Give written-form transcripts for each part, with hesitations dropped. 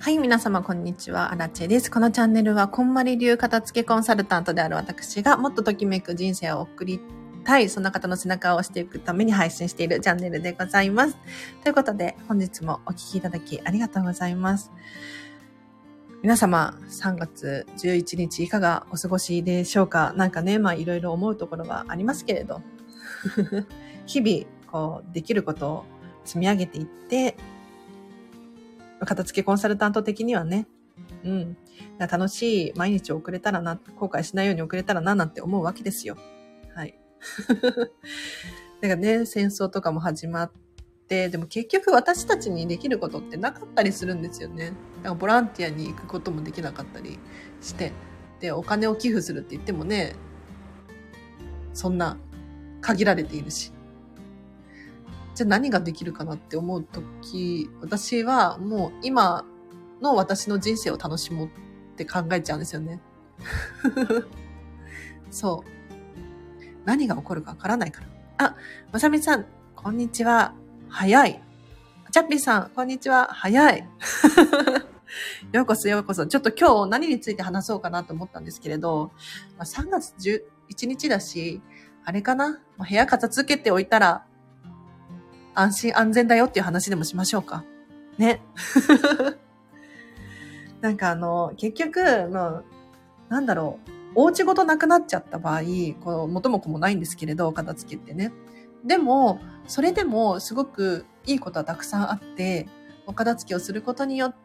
はい、皆様こんにちは、アラチェです。このチャンネルはこんまり流片付けコンサルタントである私がもっとときめく人生を送りたい、そんな方の背中を押していくために配信しているチャンネルでございます。ということで本日もお聞きいただきありがとうございます。皆様3月11日いかがお過ごしでしょうか。なんかね、いろいろ思うところはありますけれど日々できることを積み上げていって片付けコンサルタント的にはね、楽しい毎日を送れたらな、後悔しないように送れたらな、なんて思うわけですよ。はい。だからね、戦争とかも始まって、でも結局私たちにできることってなかったりするんですよね。だからボランティアに行くこともできなかったりして、で、お金を寄付するって言ってもね、そんな限られているし。じゃあ何ができるかなって思うとき、私はもう今の私の人生を楽しもうって考えちゃうんですよね。そう。何が起こるかわからないから。あ、まさみさん、こんにちは。早い。チャッピーさん、こんにちは。早い。ようこそようこそ。ちょっと今日何について話そうかなと思ったんですけれど、3月11日だし、あれかな？部屋片付けておいたら、安心安全だよっていう話でもしましょうか。ね。なんか結局、お家ごとなくなっちゃった場合、元も子もないんですけれど、片付けってね。でも、それでもすごくいいことはたくさんあって、お片付けをすることによって、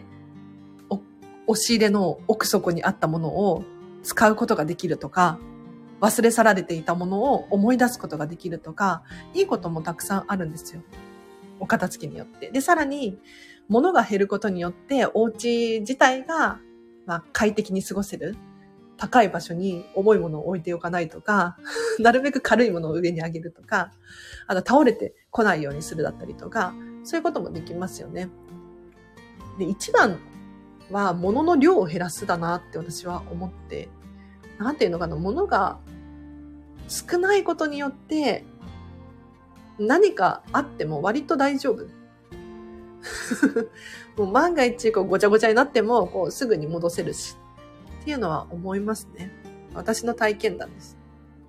押し入れの奥底にあったものを使うことができるとか、忘れ去られていたものを思い出すことができるとか、いいこともたくさんあるんですよ。お片付けによって。で、さらに、物が減ることによって、お家自体が、快適に過ごせる。高い場所に重いものを置いておかないとか、なるべく軽いものを上に上げるとか、倒れてこないようにするだったりとか、そういうこともできますよね。で、一番は物の量を減らすだなって私は思って、なんていうのかな、物が少ないことによって何かあっても割と大丈夫。もう万が一ごちゃごちゃになってもすぐに戻せるしっていうのは思いますね。私の体験談です。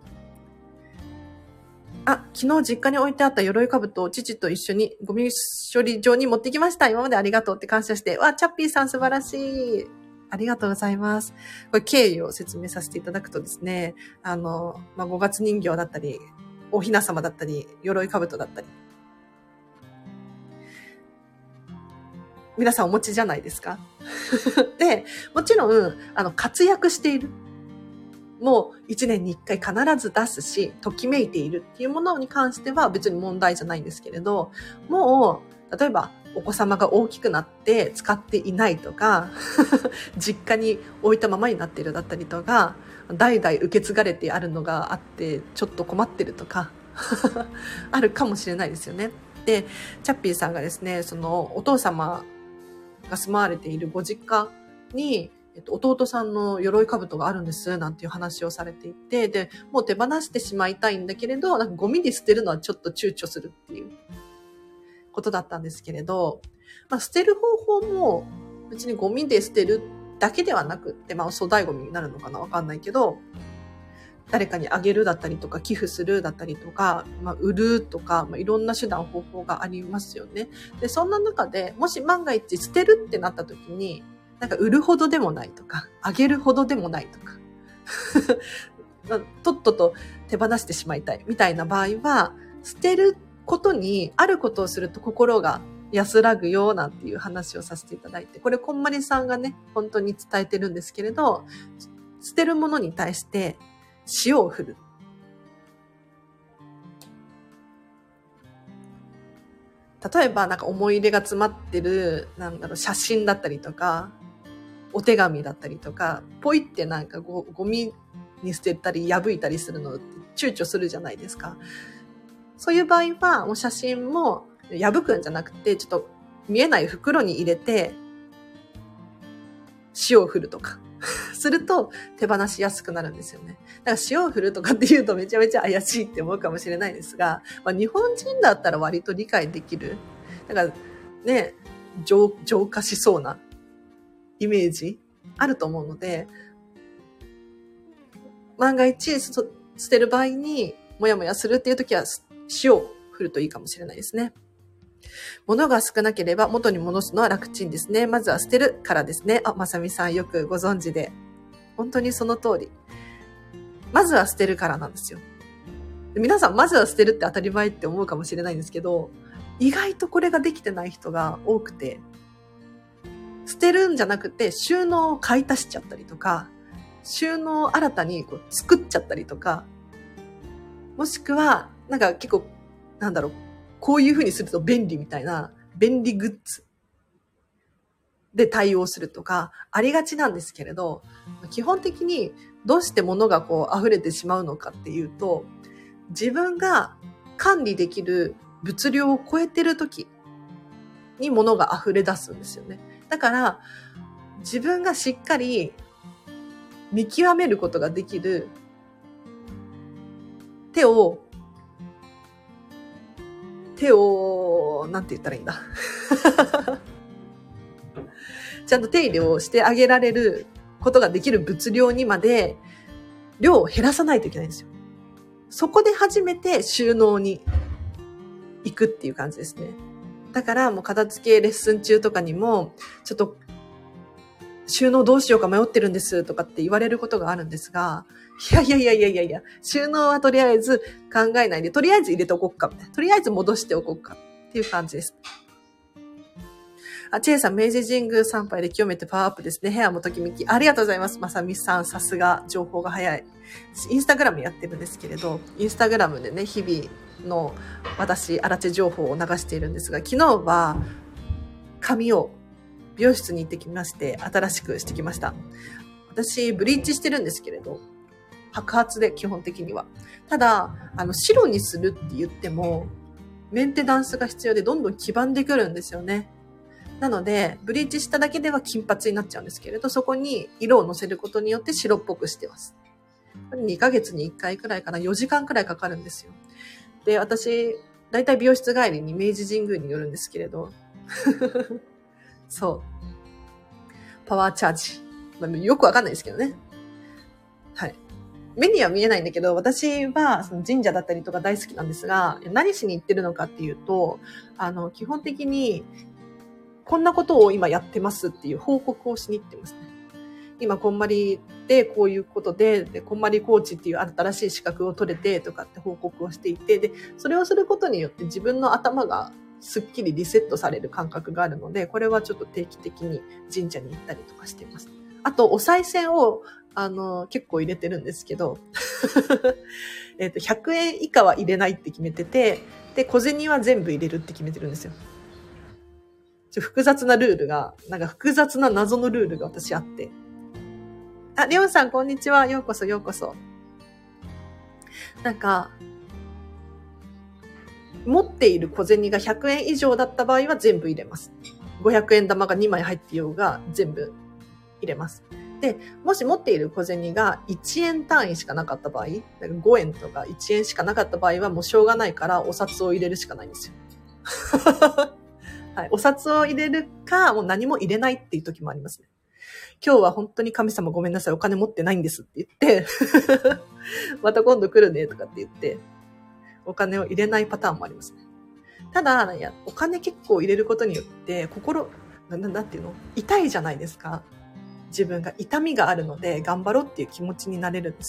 昨日実家に置いてあった鎧兜を父と一緒にゴミ処理場に持ってきました。今までありがとうって感謝して。チャッピーさん素晴らしい。ありがとうございます。これ経緯を説明させていただくとですね、5月人形だったり、お雛様だったり、鎧兜だったり。皆さんお持ちじゃないですか。で、もちろん、活躍している。もう1年に1回必ず出すし、ときめいているっていうものに関しては別に問題じゃないんですけれど、もう、例えばお子様が大きくなって使っていないとか、実家に置いたままになっているだったりとか、代々受け継がれてあるのがあってちょっと困ってるとか、あるかもしれないですよね。で、チャッピーさんがですね、そのお父様が住まわれているご実家に、弟さんの鎧兜があるんですなんていう話をされていて、で、もう手放してしまいたいんだけれど、ゴミに捨てるのはちょっと躊躇するっていうことだったんですけれど、捨てる方法も別にゴミで捨てるだけではなくって、粗大ゴミになるのかなわかんないけど、誰かにあげるだったりとか、寄付するだったりとか、売るとか、いろんな手段方法がありますよね。で、そんな中で、もし万が一捨てるってなった時に、売るほどでもないとか、あげるほどでもないとか、とっとと手放してしまいたいみたいな場合は、捨てることにあることをすると心が安らぐよなんていう話をさせていただいて、これこんまりさんがね、本当に伝えてるんですけれど、捨てるものに対して塩を振る。例えば思い入れが詰まってる写真だったりとか、お手紙だったりとか、ポイってゴミに捨てたり破いたりするのって躊躇するじゃないですか。そういう場合はもう写真も破くんじゃなくて、ちょっと見えない袋に入れて塩を振るとかすると手放しやすくなるんですよね。だから塩を振るとかって言うとめちゃめちゃ怪しいって思うかもしれないですが、日本人だったら割と理解できる。だからね、 浄化しそうなイメージあると思うので、万が一捨てる場合にもやもやするっていう時は塩を振るといいかもしれないですね。物が少なければ元に戻すのは楽ちんですね。まずは捨てるからですね。まさみさんよくご存知で。本当にその通り。まずは捨てるからなんですよ。皆さんまずは捨てるって当たり前って思うかもしれないんですけど、意外とこれができてない人が多くて、捨てるんじゃなくて収納を買い足しちゃったりとか、収納を新たに作っちゃったりとか、もしくはなんか結構こういう風にすると便利みたいな便利グッズで対応するとかありがちなんですけれど、基本的にどうして物が溢れてしまうのかっていうと、自分が管理できる物量を超えてる時に物が溢れ出すんですよね。だから自分がしっかり見極めることができる手をなんて言ったらいいんだちゃんと手入れをしてあげられることができる物量にまで量を減らさないといけないんですよ。そこで初めて収納に行くっていう感じですね。だからもう片付けレッスン中とかにもちょっと収納どうしようか迷ってるんですとかって言われることがあるんですが、いや、収納はとりあえず考えないで、とりあえず入れておこうかみたいな、とりあえず戻しておこうかっていう感じです。チェイさん、明治神宮参拝で清めてパワーアップですね。部屋もときめき。ありがとうございます。まさみさん、さすが情報が早い。インスタグラムやってるんですけれど、インスタグラムでね、日々の私、アラチェ情報を流しているんですが、昨日は髪を美容室に行ってきまして、新しくしてきました。私、ブリーチしてるんですけれど、白髪で基本的には。ただ、白にするって言っても、メンテナンスが必要でどんどん黄ばんでくるんですよね。なので、ブリーチしただけでは金髪になっちゃうんですけれど、そこに色を乗せることによって白っぽくしてます。これ2ヶ月に1回くらいかな、4時間くらいかかるんですよ。で、私、だいたい美容室帰りに明治神宮に寄るんですけれど、そう。パワーチャージ。よくわかんないですけどね。はい。目には見えないんだけど、私はその神社だったりとか大好きなんですが、何しに行ってるのかっていうと、基本的に、こんなことを今やってますっていう報告をしに行ってますね。今、こんまりでこういうことで、こんまりコーチっていう新しい資格を取れてとかって報告をしていて、で、それをすることによって自分の頭がすっきりリセットされる感覚があるので、これはちょっと定期的に神社に行ったりとかしています。あと、お賽銭を、結構入れてるんですけど、100円以下は入れないって決めてて、で、小銭は全部入れるって決めてるんですよ。複雑なルールが、なんか複雑な謎のルールが私あって。りょうさん、こんにちは。ようこそ、ようこそ。なんか、持っている小銭が100円以上だった場合は全部入れます。500円玉が2枚入っていようが全部入れます。で、もし持っている小銭が1円単位しかなかった場合、なんか5円とか1円しかなかった場合はもうしょうがないからお札を入れるしかないんですよ。はい、お札を入れるか、もう何も入れないっていう時もありますね。今日は本当に神様ごめんなさい、お金持ってないんですって言って、また今度来るねとかって言って、お金を入れないパターンもありますね。ただ、お金結構入れることによって、なんていうの？痛いじゃないですか。自分が痛みがあるので、頑張ろうっていう気持ちになれるんです。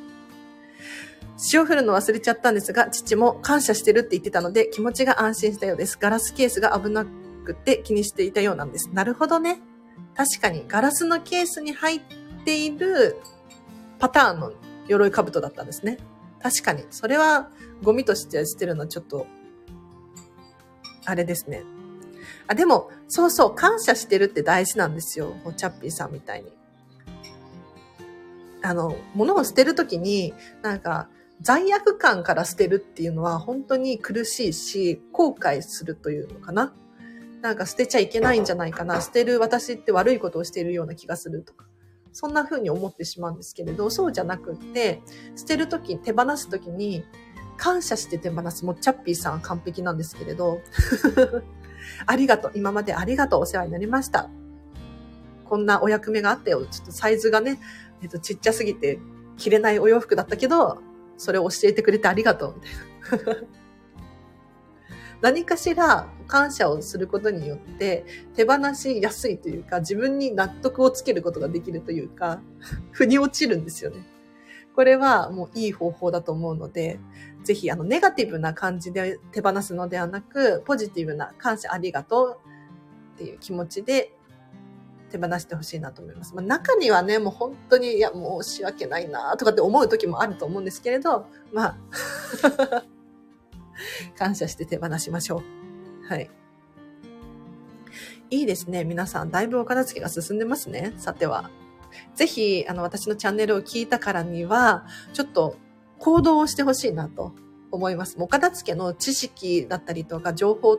塩振るの忘れちゃったんですが、父も感謝してるって言ってたので、気持ちが安心したようです。ガラスケースが危なくて気にしていたようなんです。なるほどね。確かに、ガラスのケースに入っているパターンの鎧兜だったんですね。確かに、それはゴミとして捨てるのはちょっと、あれですね。でも、そうそう、感謝してるって大事なんですよ。チャッピーさんみたいに。物を捨てるときに、なんか、罪悪感から捨てるっていうのは本当に苦しいし、後悔するというのかな。なんか捨てちゃいけないんじゃないかな。捨てる私って悪いことをしているような気がするとか。そんな風に思ってしまうんですけれど、そうじゃなくって、捨てるとき、手放すときに、感謝して手放す。もうチャッピーさん完璧なんですけれど、 ありがとう。今までありがとう。お世話になりました。こんなお役目があったよ。ちょっとサイズがね、ちっちゃすぎて着れないお洋服だったけど、それを教えてくれてありがとう。みたいな。何かしら感謝をすることによって手放しやすいというか、自分に納得をつけることができるというか、腑に落ちるんですよね。これはもういい方法だと思うので、ぜひネガティブな感じで手放すのではなく、ポジティブな感謝ありがとうっていう気持ちで手放してほしいなと思います。中にはね、もう本当に、いや、申し訳ないなとかって思う時もあると思うんですけれど、感謝して手放しましょう。はい。いいですね。皆さん、だいぶお片付けが進んでますね。さては。ぜひ、私のチャンネルを聞いたからには、ちょっと行動をしてほしいなと思います。お片付けの知識だったりとか情報って、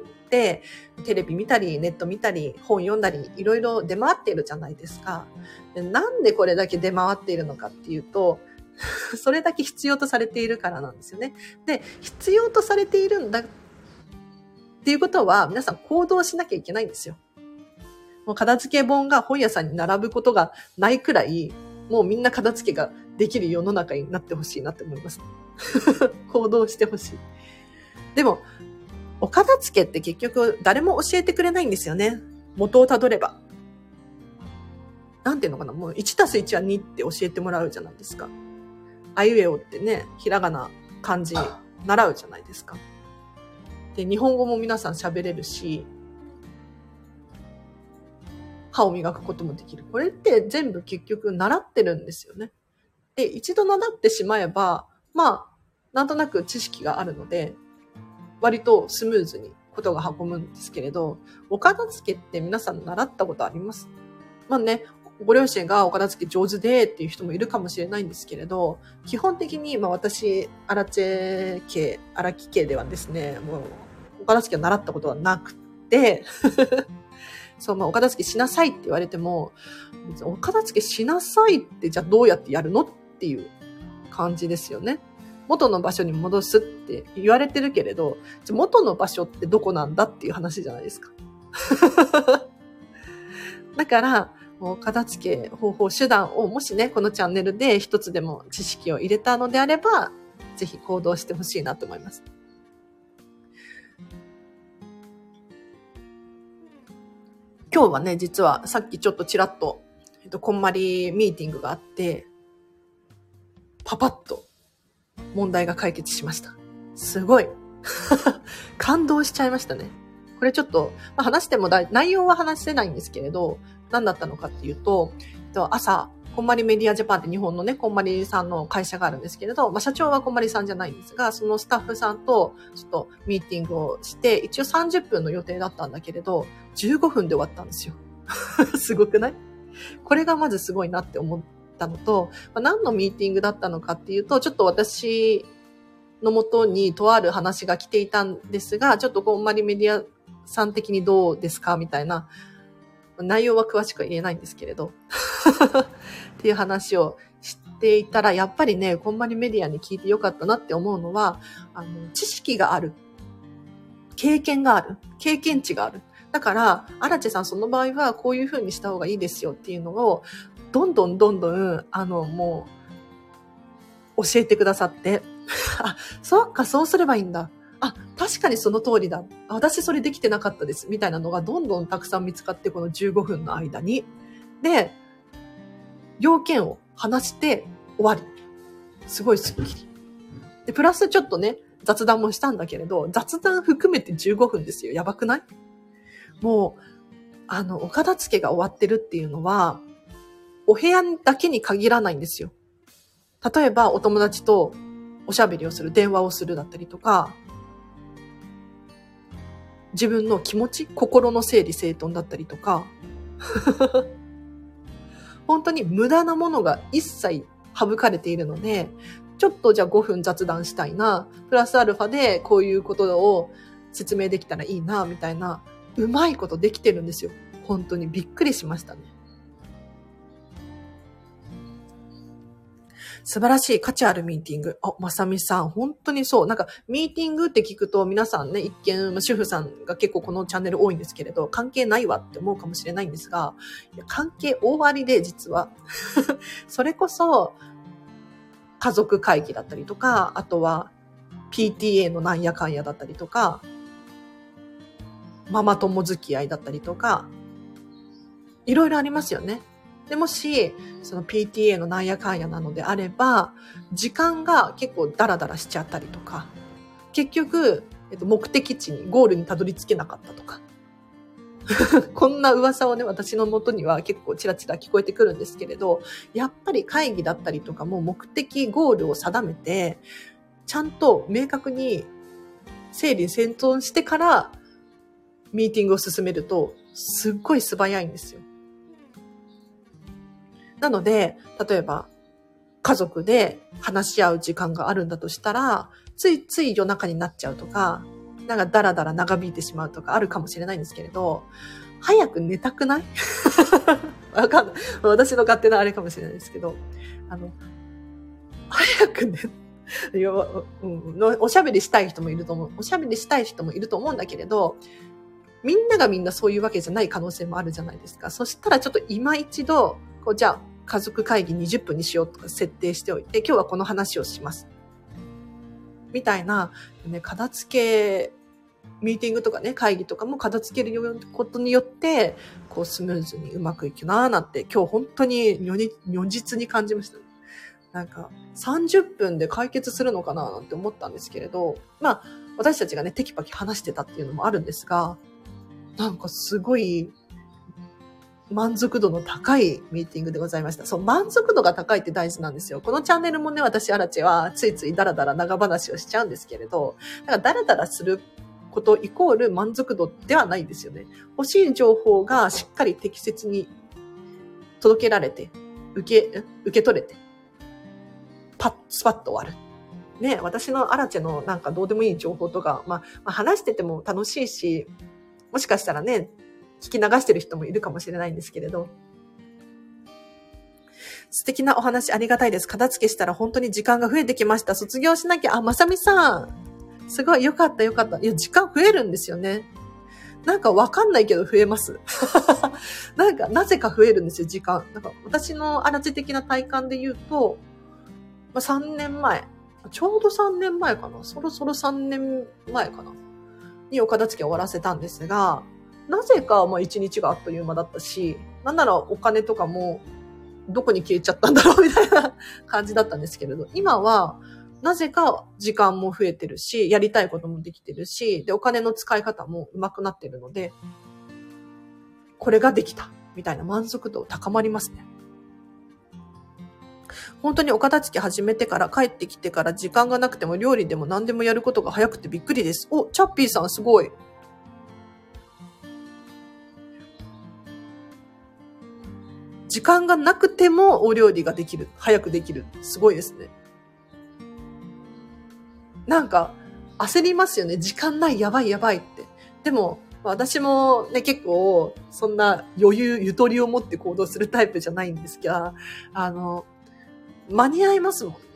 テレビ見たり、ネット見たり、本読んだり、いろいろ出回っているじゃないですか。で、なんでこれだけ出回っているのかっていうと、それだけ必要とされているからなんですよね。で、必要とされているんだっていうことは、皆さん行動しなきゃいけないんですよ。もう片付け本が本屋さんに並ぶことがないくらい、もうみんな片付けができる世の中になってほしいなって思います。行動してほしい。でも、お片付けって結局誰も教えてくれないんですよね。元をたどれば。なんていうのかな、もう 1+1 は2って教えてもらうじゃないですか。あいうえおってね、ひらがな、漢字習うじゃないですか。で、日本語も皆さん喋れるし、歯を磨くこともできる。これって全部結局習ってるんですよね。で、一度習ってしまえば、なんとなく知識があるので、割とスムーズにことが運ぶんですけれど、お片付けって皆さん習ったことあります？ご両親がお片付け上手でっていう人もいるかもしれないんですけれど、基本的に、私、荒木家ではですね、もう、お片付けを習ったことはなくて、お片付けしなさいって言われても、お片付けしなさいってじゃあどうやってやるのっていう感じですよね。元の場所に戻すって言われてるけれど、じゃあ元の場所ってどこなんだっていう話じゃないですか。だから、もう片付け方法、手段をもしね、このチャンネルで一つでも知識を入れたのであれば、ぜひ行動してほしいなと思います。今日はね、実はさっきちょっとちらっと、こんまりミーティングがあって、パパッと問題が解決しました。すごい。感動しちゃいましたね。これちょっと、話しても内容は話せないんですけれど、何だったのかっていうと、朝、こんまりメディアジャパンって日本のね、こんまりさんの会社があるんですけれど、社長はこんまりさんじゃないんですが、そのスタッフさんとちょっとミーティングをして、一応30分の予定だったんだけれど、15分で終わったんですよ。すごくない？これがまずすごいなって思ったのと、何のミーティングだったのかっていうと、ちょっと私のもとにとある話が来ていたんですが、ちょっとこんまりメディアさん的にどうですかみたいな、内容は詳しくは言えないんですけれどっていう話をしていたら、やっぱりね、こんまりメディアに聞いてよかったなって思うのは、知識がある、経験がある、経験値がある。だから、アラチェさんその場合はこういう風にした方がいいですよっていうのを、どんどん、もう、教えてくださって、あ、そっか、そうすればいいんだ。あ、確かにその通りだ。私それできてなかったです。みたいなのがどんどんたくさん見つかって、この15分の間に。で、要件を話して終わり。すごいスッキリ。で、プラスちょっとね、雑談もしたんだけれど、雑談含めて15分ですよ。やばくない？もう、お片付けが終わってるっていうのは、お部屋だけに限らないんですよ。例えば、お友達とおしゃべりをする、電話をするだったりとか、自分の気持ち、心の整理整頓だったりとか、本当に無駄なものが一切省かれているので、ちょっとじゃあ5分雑談したいな、プラスアルファでこういうことを説明できたらいいな、みたいな、うまいことできてるんですよ。本当にびっくりしましたね。 素晴らしい価値あるミーティング。まさみさん、本当にそう。なんか、ミーティングって聞くと、皆さんね、一見、主婦さんが結構このチャンネル多いんですけれど、関係ないわって思うかもしれないんですが、いや関係大ありで、実は。それこそ、家族会議だったりとか、あとは、PTA のなんやかんやだったりとか、ママ友付き合いだったりとか、いろいろありますよね。でもし、その PTA のなんやかんやなのであれば、時間が結構ダラダラしちゃったりとか、結局、目的地に、ゴールにたどり着けなかったとか。こんな噂をね、私の元には結構チラチラ聞こえてくるんですけれど、やっぱり会議だったりとかも目的、ゴールを定めて、ちゃんと明確に整理整頓してからミーティングを進めると、すっごい素早いんですよ。なので、例えば、家族で話し合う時間があるんだとしたら、ついつい夜中になっちゃうとか、なんかダラダラ長引いてしまうとかあるかもしれないんですけれど、早く寝たくない？わかんない。私の勝手なあれかもしれないですけど、早くね、おしゃべりしたい人もいると思う。おしゃべりしたい人もいると思うんだけれど、みんながみんなそういうわけじゃない可能性もあるじゃないですか。そしたらちょっと今一度、じゃあ家族会議20分にしようとか設定しておいて、今日はこの話をします。みたいな、ね、片付け、ミーティングとかね、会議とかも片付けることによって、スムーズにうまくいくなーなんて、今日本当に如実に感じました。なんか、30分で解決するのかななんて思ったんですけれど、私たちがね、テキパキ話してたっていうのもあるんですが、なんかすごい満足度の高いミーティングでございました。そう、満足度が高いって大事なんですよ。このチャンネルもね、私、アラチェはついついダラダラ長話をしちゃうんですけれど、だからダラダラすることイコール満足度ではないんですよね。欲しい情報がしっかり適切に届けられて、受け取れて、スパッと終わる。ね、私のアラチェのなんかどうでもいい情報とか、話してても楽しいし、もしかしたらね、聞き流してる人もいるかもしれないんですけれど。素敵なお話ありがたいです。片付けしたら本当に時間が増えてきました。卒業しなきゃ。まさみさん。すごい、よかったよかった。いや、時間増えるんですよね。なんかわかんないけど増えます。なんか、なぜか増えるんですよ、時間。なんか、私のアラチェ的な体感で言うと、3年前。ちょうど3年前かな。そろそろ3年前かな。にお片付け終わらせたんですが、なぜか1日があっという間だったし、なんならお金とかもどこに消えちゃったんだろうみたいな感じだったんですけれど、今はなぜか時間も増えてるし、やりたいこともできてるし、で、お金の使い方も上手くなってるので、これができたみたいな満足度高まりますね。本当にお片付け始めてから帰ってきてから時間がなくても料理でも何でもやることが早くてびっくりです。チャッピーさんすごい。時間がなくてもお料理ができる。早くできる。すごいですね。なんか焦りますよね。時間ない、やばいやばいって。でも私もね、結構そんなゆとりを持って行動するタイプじゃないんですが、間に合いますもんね。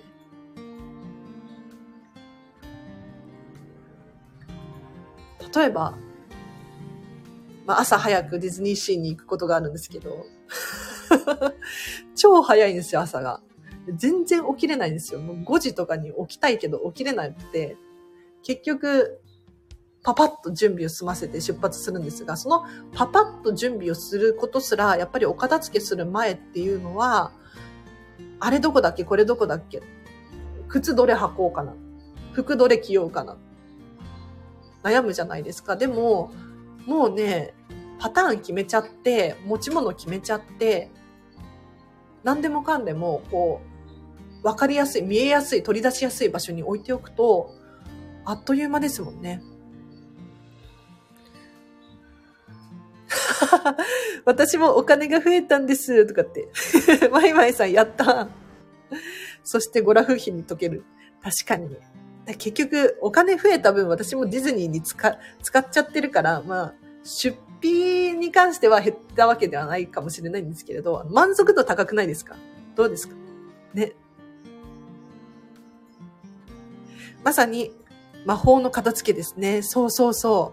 例えば、朝早くディズニーシーに行くことがあるんですけど、超早いんですよ、朝が。全然起きれないんですよ。もう5時とかに起きたいけど起きれなくて、結局、パパッと準備を済ませて出発するんですが、そのパパッと準備をすることすら、やっぱりお片付けする前っていうのは、あれどこだっけこれどこだっけ靴どれ履こうかな服どれ着ようかな悩むじゃないですか。でも、もうね、パターン決めちゃって、持ち物決めちゃって、何でもかんでも、わかりやすい、見えやすい、取り出しやすい場所に置いておくと、あっという間ですもんね。私もお金が増えたんです、とかって。マイマイさんやった。そしてゴラフ費に溶ける。確かに。結局、お金増えた分、私もディズニーに使っちゃってるから、出費に関しては減ったわけではないかもしれないんですけれど、満足度高くないですか？どうですかね。 まさに魔法の片付けですね。そうそうそう。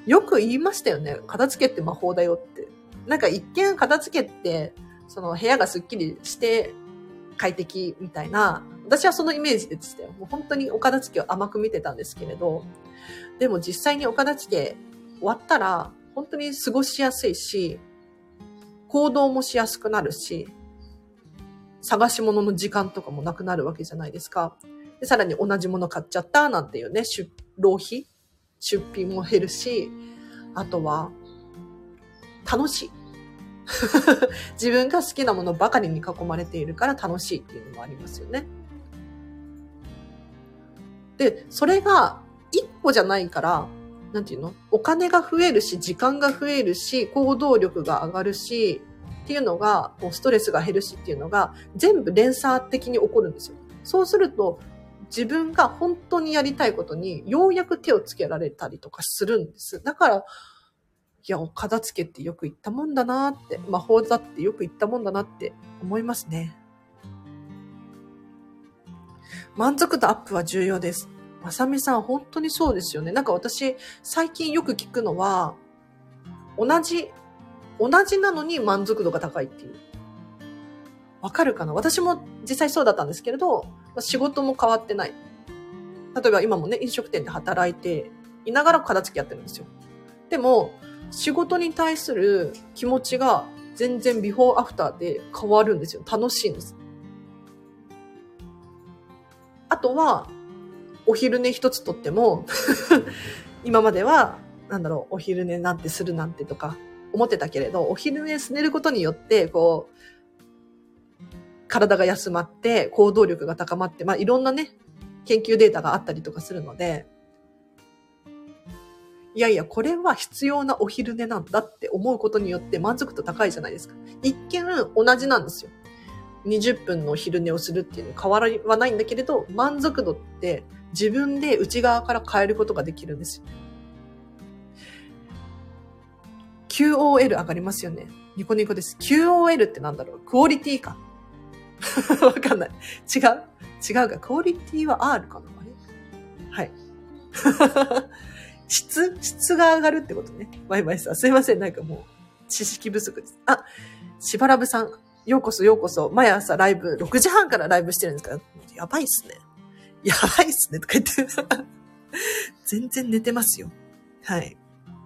よく言いましたよね。片付けって魔法だよって。なんか一見片付けって、その部屋がスッキリして快適みたいな、私はそのイメージでしたよ。もう本当にお片付けを甘く見てたんですけれど、でも実際にお片付け終わったら、本当に過ごしやすいし、行動もしやすくなるし、探し物の時間とかもなくなるわけじゃないですか。でさらに同じもの買っちゃったなんていうね、浪費出費も減るし、あとは、楽しい。自分が好きなものばかりに囲まれているから楽しいっていうのもありますよね。で、それが一個じゃないから、なんていうの？お金が増えるし、時間が増えるし、行動力が上がるし、っていうのが、ストレスが減るしっていうのが、全部連鎖的に起こるんですよ。そうすると、自分が本当にやりたいことにようやく手をつけられたりとかするんです。だから、いや、お片付けってよく言ったもんだなって、魔法だってよく言ったもんだなって思いますね。満足度アップは重要です。まさみさん、本当にそうですよね。なんか私、最近よく聞くのは、同じなのに満足度が高いっていう。わかるかな？私も実際そうだったんですけれど、仕事も変わってない。例えば今もね、飲食店で働いていながら片付けやってるんですよ。でも、仕事に対する気持ちが全然ビフォーアフターで変わるんですよ。楽しいんです。あとは、お昼寝一つとっても、今までは、お昼寝なんてするなんてとか思ってたけれど、お昼寝することによって、体が休まって、行動力が高まって、いろんなね、研究データがあったりとかするので、いやいや、これは必要なお昼寝なんだって思うことによって満足度高いじゃないですか。一見同じなんですよ。20分のお昼寝をするっていうの変わりはないんだけれど、満足度って自分で内側から変えることができるんですよ。QOL 上がりますよね。ニコニコです。QOL ってなんだろう？クオリティか。わかんない。違うか。クオリティは R かな？あれ？はい。質が上がるってことね。バイバイさん。すいません。なんかもう、知識不足です。あ、しばらぶさん。ようこそ。毎朝ライブ、6時半からライブしてるんですから、やばいっすね。とか言って。全然寝てますよ。はい。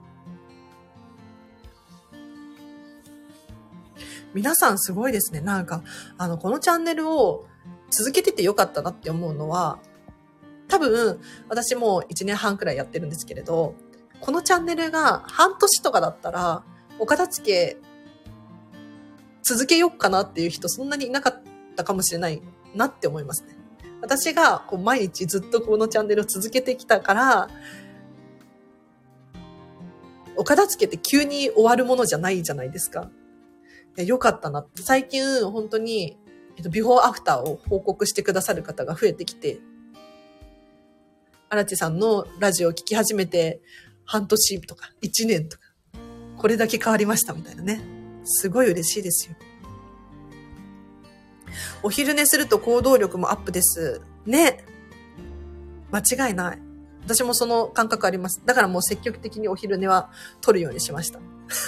皆さんすごいですね。なんか、このチャンネルを続けててよかったなって思うのは、多分、私も1年半くらいやってるんですけれど、このチャンネルが半年とかだったら、お片付け続けようかなっていう人そんなにいなかったかもしれないなって思いますね。私が毎日ずっとこのチャンネルを続けてきたから、お片付けって急に終わるものじゃないじゃないですか。よかったなって。最近本当に、ビフォーアフターを報告してくださる方が増えてきて、荒地さんのラジオを聞き始めて半年とか1年とか、これだけ変わりましたみたいなね。すごい嬉しいですよ。お昼寝すると行動力もアップです。ね。間違いない。私もその感覚あります。だからもう積極的にお昼寝は取るようにしました。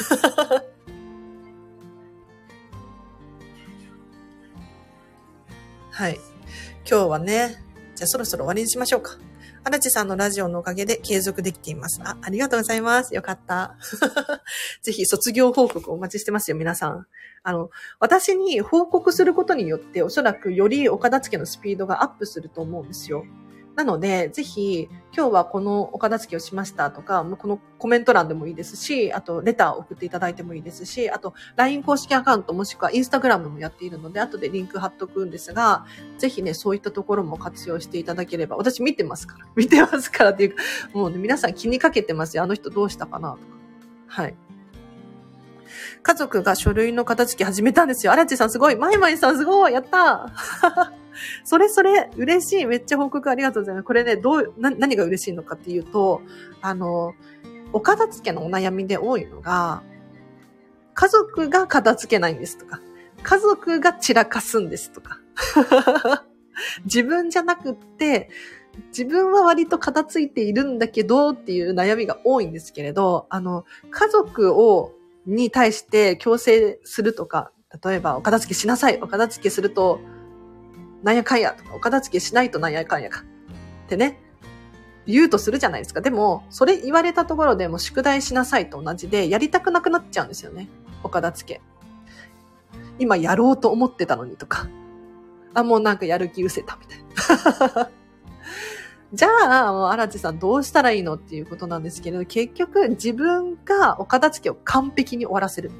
はい。今日はね、じゃあそろそろ終わりにしましょうか。荒地さんのラジオのおかげで継続できています。ありがとうございます。よかった。ぜひ卒業報告お待ちしてますよ、皆さん。私に報告することによって、おそらくよりお片付けのスピードがアップすると思うんですよ。なので、ぜひ、今日はこのお片付けをしましたとか、このコメント欄でもいいですし、あと、レターを送っていただいてもいいですし、あと、LINE 公式アカウントもしくは Instagram もやっているので、後でリンク貼っとくんですが、ぜひね、そういったところも活用していただければ、私見てますからっていうか、もうね、皆さん気にかけてますよ。あの人どうしたかなとか。はい。家族が書類の片付け始めたんですよ。荒地さんすごい。まいまいさんすごい。やったー。それ、嬉しい。めっちゃ報告ありがとうございます。これね、何が嬉しいのかっていうと、お片付けのお悩みで多いのが、家族が片付けないんですとか、家族が散らかすんですとか、自分じゃなくって、 自分は割と片付いているんだけどっていう悩みが多いんですけれど、家族に対して強制するとか、例えばお片付けしなさい、お片付けするとなんやかんやとか、お片付けしないとなんやかんやかってね、言うとするじゃないですか。でも、それ言われたところでも宿題しなさいと同じで、やりたくなくなっちゃうんですよね。お片付け。今やろうと思ってたのにとか。もうなんかやる気失せたみたいな。じゃあ、荒地さんどうしたらいいのっていうことなんですけど、結局自分がお片付けを完璧に終わらせる。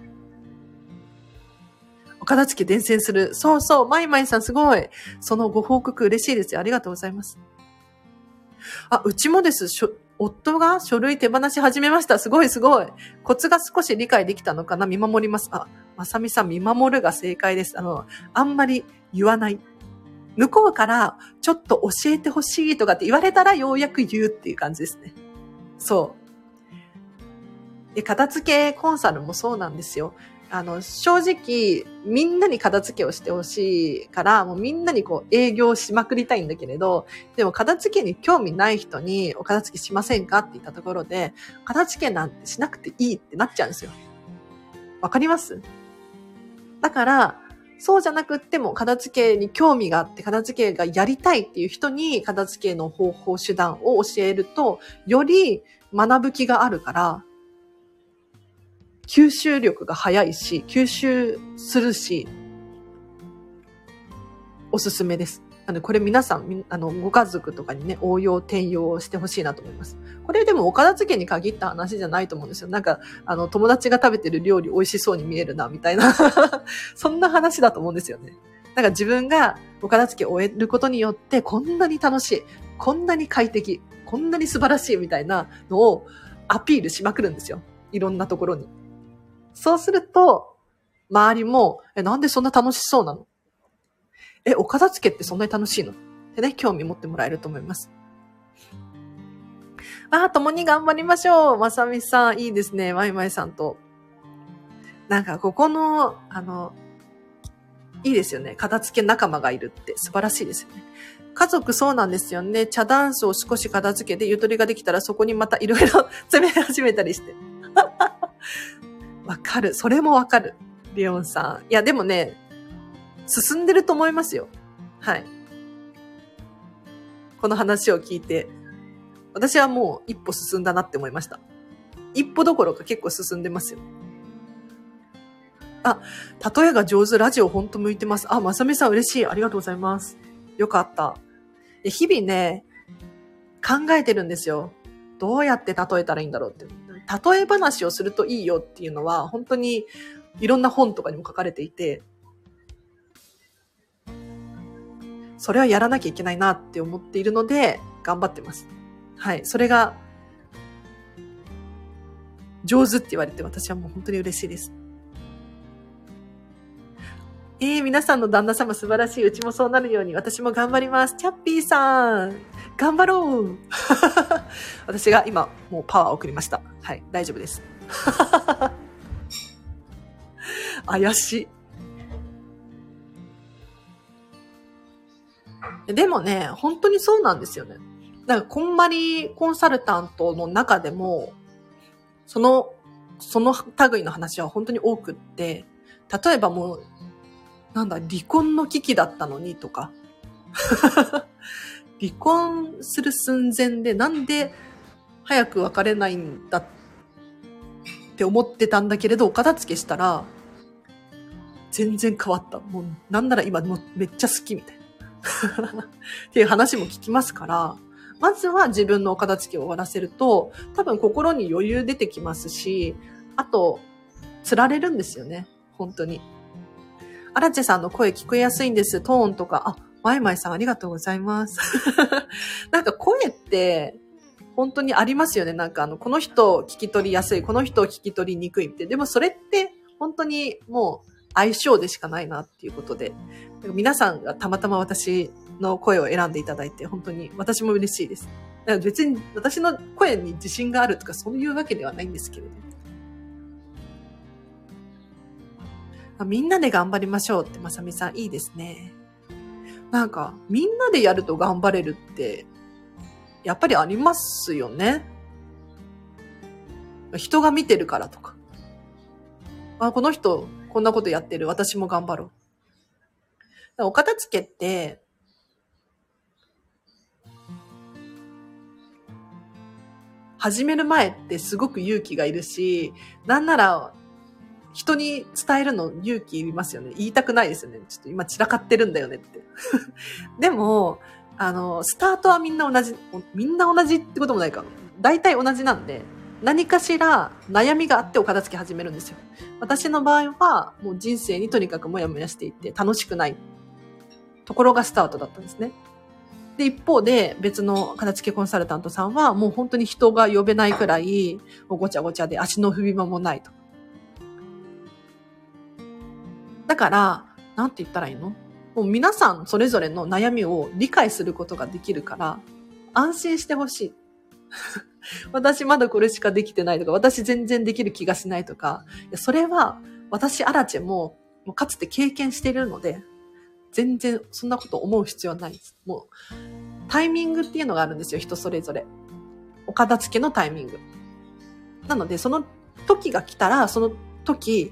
お片付け伝染する。そうそう、マイマイさんすごい。そのご報告嬉しいですよ。ありがとうございます。うちもです。夫が書類手放し始めました。すごいすごい。コツが少し理解できたのかな。見守ります。まさみさん見守るが正解です。あんまり言わない。向こうからちょっと教えてほしいとかって言われたらようやく言うっていう感じですね。そう。で、片付けコンサルもそうなんですよ。正直、みんなに片付けをしてほしいから、もうみんなに営業しまくりたいんだけれど、でも片付けに興味ない人にお片付けしませんかって言ったところで、片付けなんてしなくていいってなっちゃうんですよ。わかります？だから、そうじゃなくっても片付けに興味があって片付けがやりたいっていう人に片付けの方法手段を教えると、より学ぶ気があるから、吸収力が早いし、吸収するし、おすすめです。これ皆さん、ご家族とかにね、応用、転用してほしいなと思います。これでもお片付けに限った話じゃないと思うんですよ。なんか、友達が食べてる料理美味しそうに見えるな、みたいな。そんな話だと思うんですよね。なんか自分がお片付けを終えることによって、こんなに楽しい、こんなに快適、こんなに素晴らしいみたいなのをアピールしまくるんですよ。いろんなところに。そうすると、周りも、なんでそんな楽しそうなの？お片付けってそんなに楽しいの？ってね、興味持ってもらえると思います。共に頑張りましょう。まさみさん、いいですね。まいまいさんと。なんか、ここの、いいですよね。片付け仲間がいるって素晴らしいですよね。家族そうなんですよね。茶ダンスを少し片付けてゆとりができたらそこにまたいろいろ詰め始めたりして。わかる。それもわかる。リオンさん。いや、でもね、進んでると思いますよ。はい。この話を聞いて、私はもう一歩進んだなって思いました。一歩どころか結構進んでますよ。例えが上手、ラジオほんと向いてます。まさみさん嬉しい。ありがとうございます。よかった。日々ね、考えてるんですよ。どうやって例えたらいいんだろうって。例え話をするといいよっていうのは、本当にいろんな本とかにも書かれていて、それはやらなきゃいけないなって思っているので、頑張ってます。はい。それが、上手って言われて私はもう本当に嬉しいです。皆さんの旦那様素晴らしい。うちもそうなるように私も頑張ります。チャッピーさん、頑張ろう。私が今もうパワーを送りました。はい、大丈夫です。怪しい。でもね、本当にそうなんですよね。だからこんまりコンサルタントの中でも、その類の話は本当に多くって、例えばもう、離婚の危機だったのにとか、離婚する寸前でなんで早く別れないんだって思ってたんだけれど、お片付けしたら、全然変わった。もうなんなら今もうめっちゃ好きみたいな。っていう話も聞きますから、まずは自分のお片付けを終わらせると、多分心に余裕出てきますし、あと、釣られるんですよね。本当に。アラチェさんの声聞こえやすいんです。トーンとか。マイマイさんありがとうございます。なんか声って本当にありますよね。なんかこの人聞き取りやすい、この人聞き取りにくいって。でもそれって本当にもう相性でしかないなっていうことで。皆さんがたまたま私の声を選んでいただいて本当に私も嬉しいです。だから別に私の声に自信があるとかそういうわけではないんですけれど。みんなで頑張りましょうってまさみさんいいですね。 なんか、みんなでやると頑張れるって、やっぱりありますよね。人が見てるからとか。あ、この人、こんなことやってる。私も頑張ろう。お片付けって、始める前ってすごく勇気がいるし、なんなら、人に伝えるの勇気いりますよね。言いたくないですよね。ちょっと今散らかってるんだよねって。でも、スタートはみんな同じってこともないか。大体同じなんで、何かしら悩みがあってお片付け始めるんですよ。私の場合は、もう人生にとにかくモヤモヤしていて楽しくないところがスタートだったんですね。で、一方で別の片付けコンサルタントさんはもう本当に人が呼べないくらい、もうごちゃごちゃで足の踏み場もないと。だから、なんて言ったらいいの？もう皆さんそれぞれの悩みを理解することができるから、安心してほしい。私まだこれしかできてないとか、私全然できる気がしないとか、いやそれは私アラチェもかつて経験しているので、全然そんなこと思う必要はないです。もうタイミングっていうのがあるんですよ、人それぞれ。お片付けのタイミング。なのでその時が来たら、その時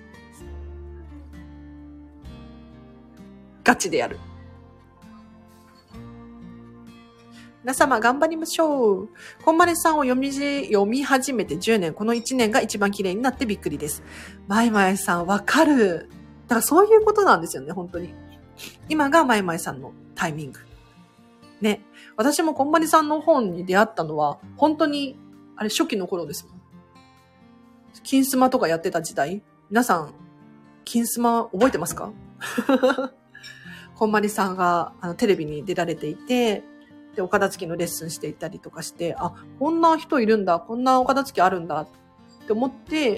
ガチでやる。皆様頑張りましょう。こんまりさんを読み始めて10年、この1年が一番綺麗になってびっくりです。まいまいさんわかる。だからそういうことなんですよね、本当に。今がまいまいさんのタイミング。ね。私もこんまりさんの本に出会ったのは、本当に、あれ初期の頃ですもん。金スマとかやってた時代。皆さん、金スマ覚えてますか？こんまりさんがテレビに出られていて、で、お片付けのレッスンしていたりとかして、あ、こんな人いるんだ、こんなお片付けあるんだって思って、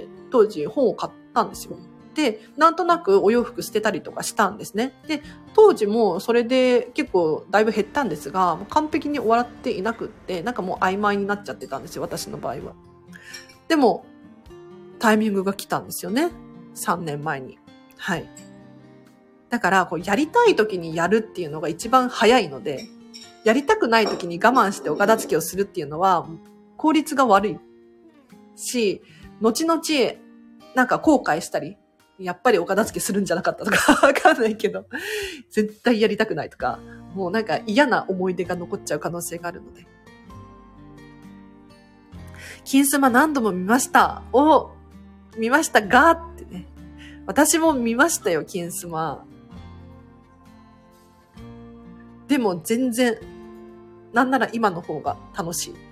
当時本を買ったんですよ。で、なんとなくお洋服捨てたりとかしたんですね。で、当時もそれで結構だいぶ減ったんですが、完璧に終わっていなくって、なんかもう曖昧になっちゃってたんですよ、私の場合は。でも、タイミングが来たんですよね。3年前に。はい。だから、やりたい時にやるっていうのが一番早いので、やりたくない時に我慢してお片付けをするっていうのは、効率が悪いし、後々、なんか後悔したり、やっぱりお片付けするんじゃなかったとか、わかんないけど、絶対やりたくないとか、もうなんか嫌な思い出が残っちゃう可能性があるので。金スマ何度も見ました。見ましたがってね。私も見ましたよ、金スマ。でも全然、なんなら今の方が楽しい。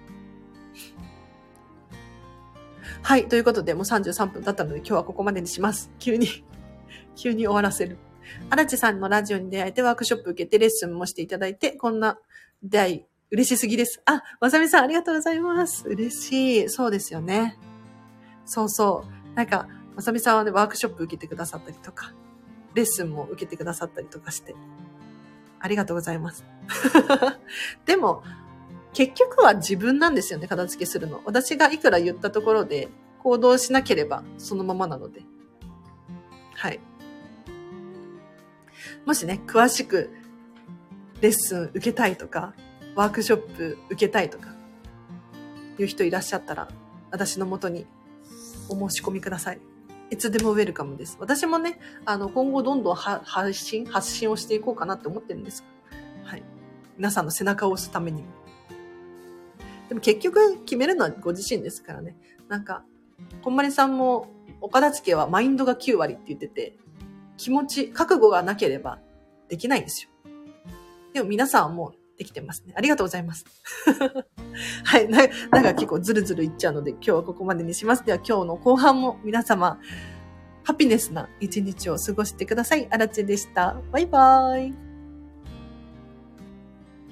はい。ということで、もう33分経ったので今日はここまでにします。急に終わらせる。荒地さんのラジオに出会えてワークショップ受けてレッスンもしていただいて、こんな出会い、嬉しすぎです。あ、まさみさんありがとうございます。嬉しい。そうですよね。そうそう。なんか、まさみさんはね、ワークショップ受けてくださったりとか、レッスンも受けてくださったりとかして、ありがとうございます。でも、結局は自分なんですよね、片付けするの。私がいくら言ったところで行動しなければそのままなので。はい。もしね、詳しくレッスン受けたいとか、ワークショップ受けたいとか、いう人いらっしゃったら、私の元にお申し込みください。いつでもウェルカムです。私もね、今後どんどん発信をしていこうかなって思ってるんです。はい。皆さんの背中を押すためにも。でも結局決めるのはご自身ですからね。なんか、こんまりさんもお片付けはマインドが9割って言ってて、気持ち、覚悟がなければできないんですよ。でも皆さんはもうできてますね。ありがとうございます。はい。なんか結構ズルズルいっちゃうので今日はここまでにします。では今日の後半も皆様、ハピネスな一日を過ごしてください。あらちでした。バイバーイ。